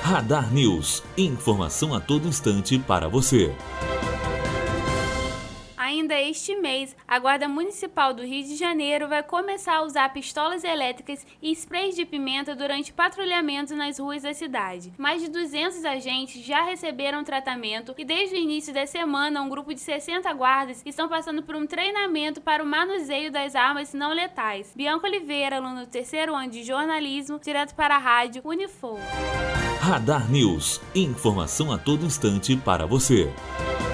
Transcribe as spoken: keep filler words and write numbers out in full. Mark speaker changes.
Speaker 1: Radar News. Informação a todo instante para você.
Speaker 2: Ainda este mês, a Guarda Municipal do Rio de Janeiro vai começar a usar pistolas elétricas e sprays de pimenta durante patrulhamento nas ruas da cidade. Mais de duzentos agentes já receberam tratamento e desde o início da semana, um grupo de sessenta guardas estão passando por um treinamento para o manuseio das armas não letais. Bianca Oliveira, aluna do terceiro ano de jornalismo, direto para a rádio Unifor.
Speaker 1: Radar News. Informação a todo instante para você.